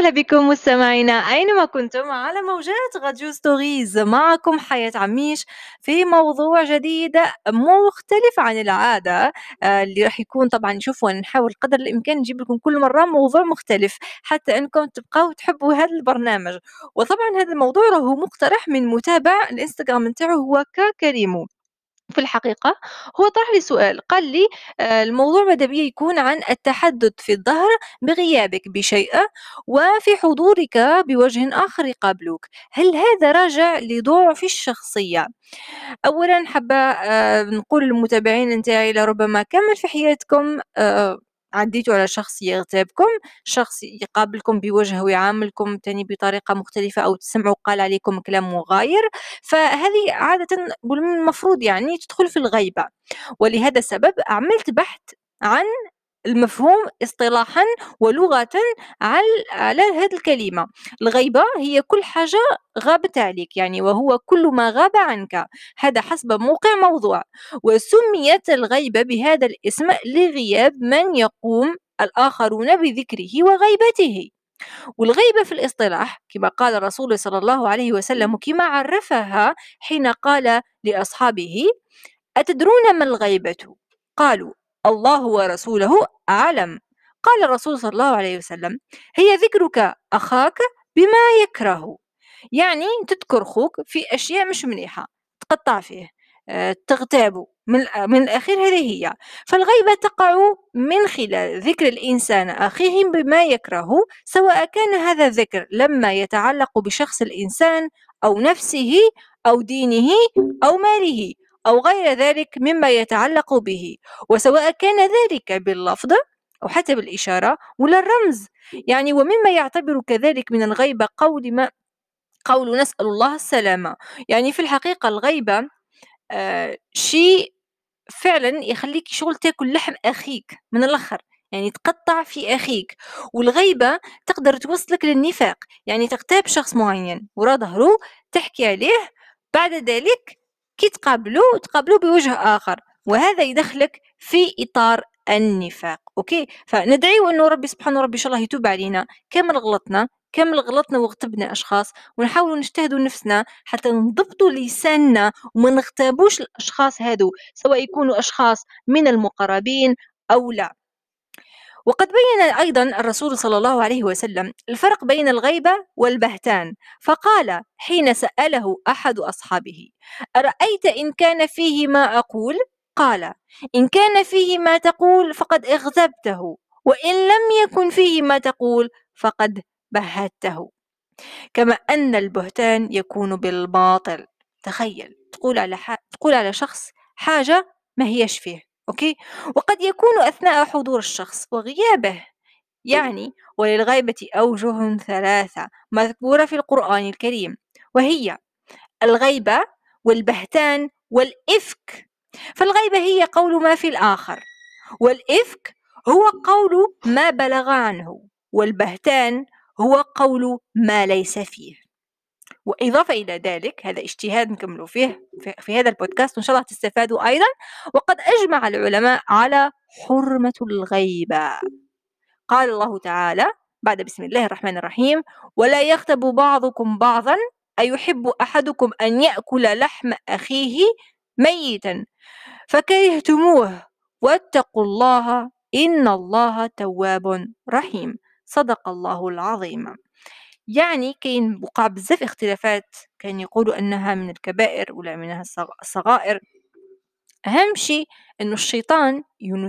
وسهلا بكم مستمعينا أينما كنتم على موجات راديو ستوريز. معكم حياة عميش في موضوع جديد مختلف عن العادة. اللي راح يكون طبعا شوفوا نحاول قدر الإمكان نجيب لكم كل مرة موضوع مختلف حتى أنكم تبقوا تحبوا هذا البرنامج. وطبعا هذا الموضوع راهو مقترح من متابع الانستغرام نتاعو هو كريمو. في الحقيقة هو طرح لي سؤال قال لي الموضوع ماذا بيا يكون عن التحدث في الظهر بغيابك بشيء وفي حضورك بوجه آخر يقابلوك. هل هذا راجع لضعف الشخصية؟ أولا حابة نقول للمتابعين نتاعي لربما كامل في حياتكم عديتوا على شخص يغتابكم، شخص يقابلكم بوجه ويعاملكم تاني بطريقة مختلفة أو تسمعوا قال عليكم كلام مغاير، فهذه عادة المفروض يعني تدخل في الغيبة. ولهذا السبب عملت بحث عن المفهوم اصطلاحا ولغة على هذه الكلمة. الغيبة هي كل حاجة غابت عليك يعني وهو كل ما غاب عنك، هذا حسب موقع موضوع. وسميت الغيبة بهذا الاسم لغياب من يقوم الآخرون بذكره وغيبته. والغيبة في الاصطلاح كما قال الرسول صلى الله عليه وسلم وكما عرفها حين قال لأصحابه: أتدرون ما الغيبة؟ قالوا: الله ورسوله أعلم. قال الرسول صلى الله عليه وسلم: هي ذكرك أخاك بما يكره. يعني تذكر خوك في أشياء مش مليحة، تقطع فيه، تغتابه من الأخير، هذه هي. فالغيبة تقع من خلال ذكر الإنسان أخيه بما يكره، سواء كان هذا الذكر لما يتعلق بشخص الإنسان أو نفسه أو دينه أو ماله أو غير ذلك مما يتعلق به، وسواء كان ذلك باللفظ أو حتى بالإشارة ولا الرمز. يعني ومما يعتبر كذلك من الغيبة قول نسأل الله السلامة. يعني في الحقيقة الغيبة شيء فعلا يخليك شغل تاكل لحم أخيك من الآخر، يعني تقطع في أخيك. والغيبة تقدر توصلك للنفاق، يعني تغتاب شخص معين ورا ظهره تحكي عليه، بعد ذلك كي تقابلوا بوجه آخر، وهذا يدخلك في إطار النفاق. أوكي، فندعيو أنه ربي سبحانه ربي إن شاء الله يتوب علينا كامل غلطنا واغتبنا أشخاص، ونحاول نجتهدوا نفسنا حتى نضبطوا لساننا وما نغتابوش الأشخاص هادو، سواء يكونوا أشخاص من المقربين أو لا. وقد بين أيضا الرسول صلى الله عليه وسلم الفرق بين الغيبة والبهتان، فقال حين سأله أحد أصحابه: أرأيت إن كان فيه ما أقول؟ قال: إن كان فيه ما تقول فقد اغتبته، وإن لم يكن فيه ما تقول فقد بهته. كما أن البهتان يكون بالباطل. تخيل تقول على شخص حاجة ما هيش فيه. أوكي، وقد يكون أثناء حضور الشخص وغيابه. يعني وللغيبة أوجه ثلاثة مذكورة في القرآن الكريم، وهي الغيبة والبهتان والإفك. فالغيبة هي قول ما في الآخر، والإفك هو قول ما بلغ عنه، والبهتان هو قول ما ليس فيه. وإضافة إلى ذلك هذا اجتهاد نكملوا فيه في هذا البودكاست وإن شاء الله تستفادوا أيضا. وقد أجمع العلماء على حرمة الغيبة. قال الله تعالى بعد بسم الله الرحمن الرحيم: ولا يغتب بعضكم بعضا أيحب أحدكم أن يأكل لحم أخيه ميتا فكرهتموه واتقوا الله إن الله تواب رحيم. صدق الله العظيم. يعني كاين وقع بزاف اختلافات، كان يقولوا أنها من الكبائر ولا منها الصغائر. أهم شيء أنه الشيطان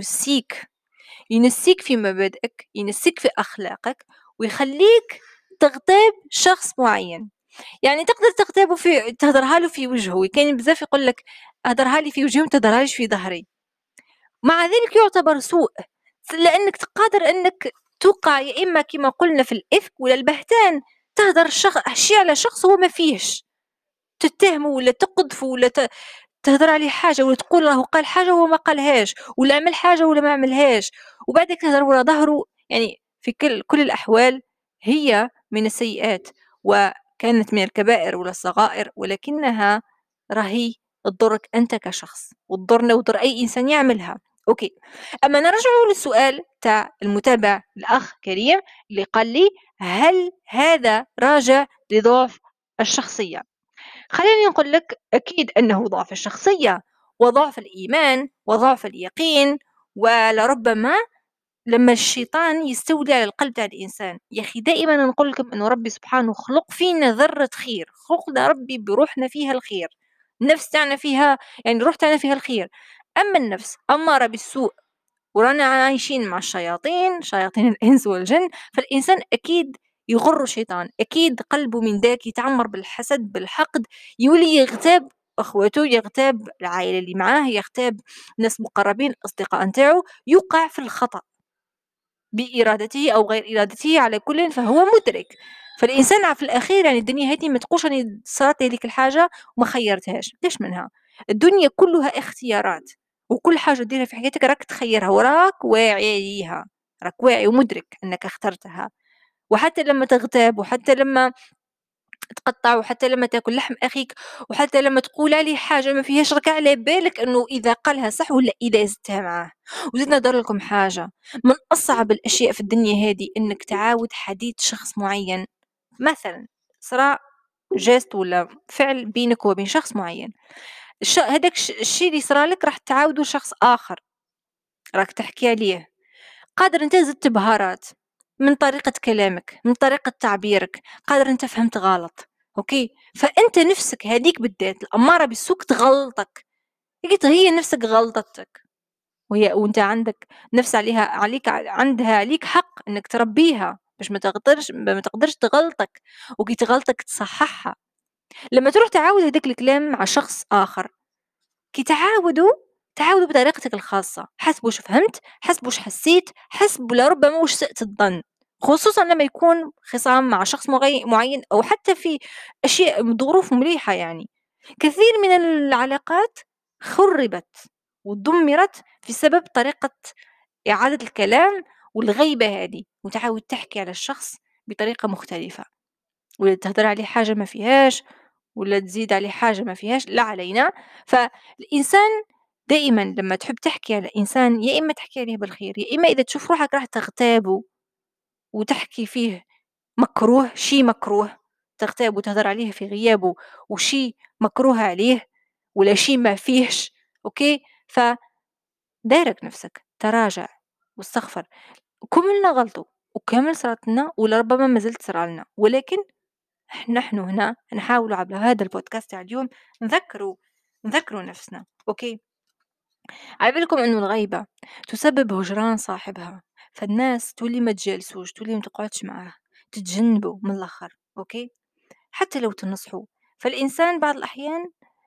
ينسيك في مبادئك، ينسيك في أخلاقك، ويخليك تغتاب شخص معين. يعني تقدر تغتابه تهدرها له في وجهه، كاين بزاف يقول لك هدرها لي في وجهي وما تهدرهاش في ظهري، مع ذلك يعتبر سوء، لأنك قادر أنك توقع يا إما كما قلنا في الإفك ولا البهتان، تهدر شيء على شخص هو ما فيهش، تتهمه ولا تقذفه ولا تهدر عليه حاجة ولا تقول له قال حاجة وهو ما قالهاش، ولا عمل حاجة ولا ما عملهاش، وبعدك تهدر ورا ظهره. يعني في كل الأحوال هي من السيئات، وكانت من الكبائر ولا الصغائر، ولكنها راهي تضرك أنت كشخص وتضرنا وتضر أي إنسان يعملها. أوكي. أما نرجعوا للسؤال تاع المتابع الأخ كريم اللي قال لي: هل هذا راجع لضعف الشخصية؟ خليني نقول لك أكيد أنه ضعف الشخصية وضعف الإيمان وضعف اليقين، ولربما لما الشيطان يستولي على القلب تاع الإنسان. يا أخي دائما نقول لكم أنه ربي سبحانه خلق فينا ذرة خير، خلقنا ربي بروحنا فيها الخير، النفس تاعنا فيها، يعني الروح تاعنا فيها الخير. أما النفس أمارة بالسوء ورانا عايشين مع الشياطين، شياطين الإنس والجن، فالإنسان أكيد يغر الشيطان، أكيد قلبه من ذاك يتعمر بالحسد بالحقد، يولي يغتاب أخوته، يغتاب العائلة اللي معاه، يغتاب ناس مقربين الأصدقاء نتاعو، يوقع في الخطأ بإرادته أو غير إرادته، على كل فهو مدرك. فالإنسان في الأخير يعني الدنيا هذه ما تقولش راني صارت لي هذيك الحاجة وما خيرتهاش، ليش منها؟ الدنيا كلها اختيارات، وكل حاجة ديرها في حياتك راك تخيرها وراك واعي ليها، راك واعي ومدرك أنك اخترتها. وحتى لما تغتاب، وحتى لما تقطّع، وحتى لمّا تاكل لحم أخيك، وحتى لمّا تقول عليه حاجة ما فيهاش راك على بالك إنه إذا قالها صح والّا إذا زدتها معاه. وزيد نضر لكم حاجة، من أصعب الأشياء في الدنيا هذه إنك تعاود حديث شخص معيّن، مثلًا صرا geste والّا فعل بينك وبين شخص معيّن، هذاك الشي اللي صرا لك راح تعاوده لشخص آخر، راك تحكي عليه. قادر أنت زدت بهارات من طريقة كلامك، من طريقة تعبيرك، قادر أنت فهمت غلط، أوكي، فأنت نفسك هذيك بالذات الأمارة بالسوء تغلطك، لقيت هي نفسك غلطتك، وأنت عندك نفس عندها عليك حق إنك تربيها باش ما تقدرش تغلطك، وكي تغلطك تصححها. لما تروح تعاود هذاك الكلام مع شخص آخر، كي تعاودوا بطريقتك الخاصة، حسب واش فهمت، حسب واش حسيت، حسب لربما واش سأت الظن، خصوصا لما يكون خصام مع شخص معين أو حتى في أشياء ظروف مليحة. يعني كثير من العلاقات خربت ودمرت بسبب طريقة إعادة الكلام والغيبة هذه، وتعاود تحكي على الشخص بطريقة مختلفة، ولا تهدر عليه حاجة ما فيهاش، ولا تزيد عليه حاجة ما فيهاش، لا علينا. فالإنسان دائمًا لمّا تحب تحكي على إنسان، يا إما تحكي عليه بالخير، يا إما إذا تشوف روحك راح تغتابه وتحكي فيه مكروه، شي مكروه، تغتابه وتهدر عليه في غيابه وشي مكروه عليه ولا شي ما فيهش، أوكي، فدارك نفسك، تراجع واستغفر. كلنا غلطوا وكامل صارت لنا ولربما ما زالت تصرى لنا، ولكن نحن هنا نحاول عبر هذا البودكاست تاع اليوم نذكروا نفسنا، أوكي. على بالكم إنه الغيبة تسبب هجران صاحبها، فالناس تولي ما تجالسوش، تولي ما تقعدش معاه، تتجنبه من الآخر، أوكي. حتى لو تنصحوا، فالإنسان بعض الأحيان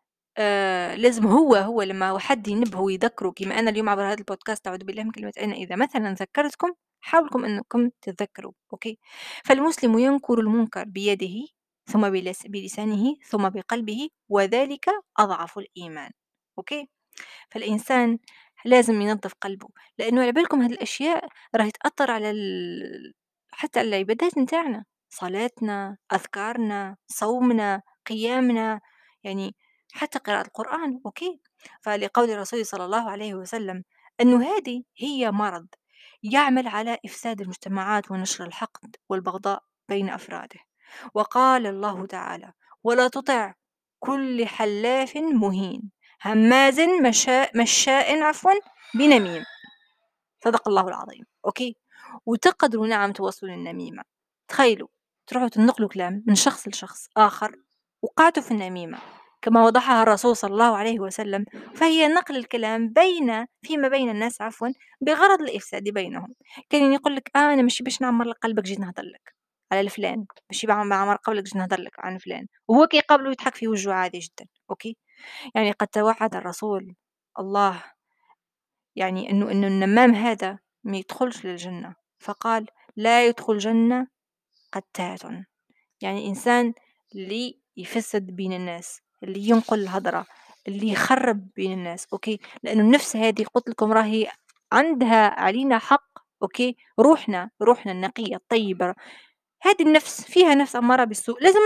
لازم هو لما حد ينبهه ويذكره، كما أنا اليوم عبر هذا البودكاست أعوذ بالله من كلمة أنا إذا مثلا ذكرتكم، حاولكم أنكم تتذكروا، أوكي. فالمسلم ينكر المنكر بيده ثم بلسانه ثم بقلبه، وذلك أضعف الإيمان، أوكي. فالإنسان لازم ينظف قلبه، لأنه على بالكم هذه الأشياء راح تأثر على حتى على العبادات نتاعنا، صلاتنا، أذكارنا، صومنا، قيامنا، يعني حتى قراءة القرآن، أوكي. فلقول الرسول صلى الله عليه وسلم أنه هذه هي مرض يعمل على إفساد المجتمعات ونشر الحقد والبغضاء بين أفراده. وقال الله تعالى: ولا تطع كل حلاف مهين هماز مشاء بنميم. صدق الله العظيم، أوكي. وتقدروا نعم توصلوا للنميمة، تخيلوا تروحوا تنقلوا كلام من شخص لشخص آخر وقعتوا في النميمة كما وضحها الرسول صلى الله عليه وسلم، فهي نقل الكلام فيما بين الناس بغرض الإفساد بينهم. كان يقول لك أنا ماشي باش نعمر لك قلبك جيت نهضر لك على الفلان، ماشي بعمر قلبك جيت نهضر لك عن فلان، وهو كيقابله يضحك في وجهه عادي جدا، أوكي. يعني قد توعد الرسول الله يعني إنه النمام هذا ما يدخلش للجنة، فقال: لا يدخل الجنة قتات، يعني إنسان اللي يفسد بين الناس، اللي ينقل الهضرة، اللي يخرب بين الناس، أوكي. لأنه النفس هذه قلت لكم راهي عندها علينا حق، أوكي. روحنا النقية الطيبة، هذه النفس فيها نفس أمارة بالسوء، لازم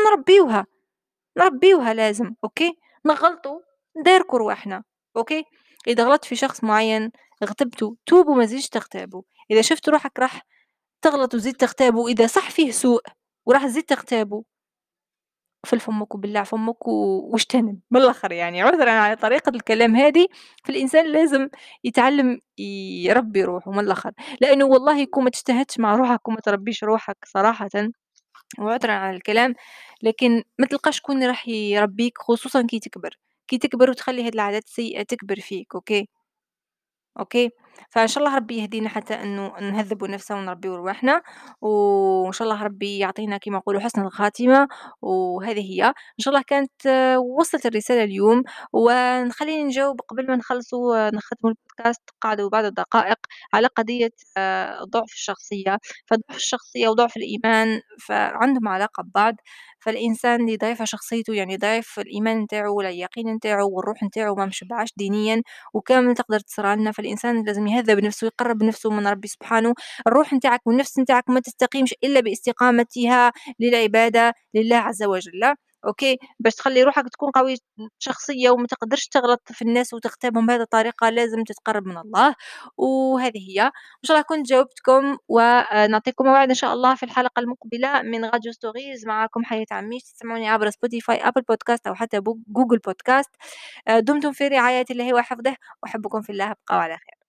نربيوها لازم، أوكي. نغلطوا نداركوا رواحنا، أوكي. إذا غلطت في شخص معين اغتبتوا، توبوا ما تزيدش تغتابوا، إذا شفت روحك راح تغلط وتزيد تغتاب وإذا صح فيه سوء وراح تزيد تغتابه، اقفل فمك وبلّع فمك واجتنب، من الآخر يعني عذرًا على طريقة الكلام هذه، فالإنسان لازم يتعلم يربي روحه من الآخر، لأنه والله كون ما تجتهدش مع روحك وما تربيش روحك صراحةً وعذرًا على الكلام، لكن ما تلقاش شكون راح يربيك خصوصًا كي تكبر، كي تكبر وتخلي هاد العادات السيئة تكبر فيك، أوكي. أوكي، فإن شاء الله ربي يهدينا حتى إنه نهذبوا نفسنا ونربيو رواحنا، وإن شاء الله ربي يعطينا كيما نقولوا حسن الخاتمة، وهذه هي، إن شاء الله كانت وصلت الرسالة اليوم، ونخلّيني نجاوب قبل ما نخلصوا نختموا البودكاست قعدوا بعض الدقائق على قضية ضعف الشخصية، فضعف الشخصية وضعف الإيمان فعندهم علاقة ببعض، فالإنسان اللي ضعيفة شخصيته يعني ضعيف الإيمان نتاعو ولا اليقين نتاعو والروح نتاعو ما مشبعاش دينيًا. وكامل تقدر تصرى لنا، فالإنسان لازم يهذّب نفسه ويقرّب نفسه من ربي سبحانه، الروح نتاعك والنفس نتاعك ما تستقيمش إلا باستقامتها للعبادة لله عز وجل، أوكي، باش تخلّي روحك تكون قوي شخصية وما تقدرش تغلط في الناس وتغتابهم بهذه الطريقة، لازم تتقرّب من الله، وهذه هي. إن شاء الله كنت جاوبتكم، ونعطيكم موعد إن شاء الله في الحلقة المقبلة من غاديو ستوريز معكم حياة عميش، تسمعوني عبر Spotify، Apple Podcast أو حتى Google Podcast. دمتم في رعاية الله وحفظه. أحبكم في الله، ابقوا على خير.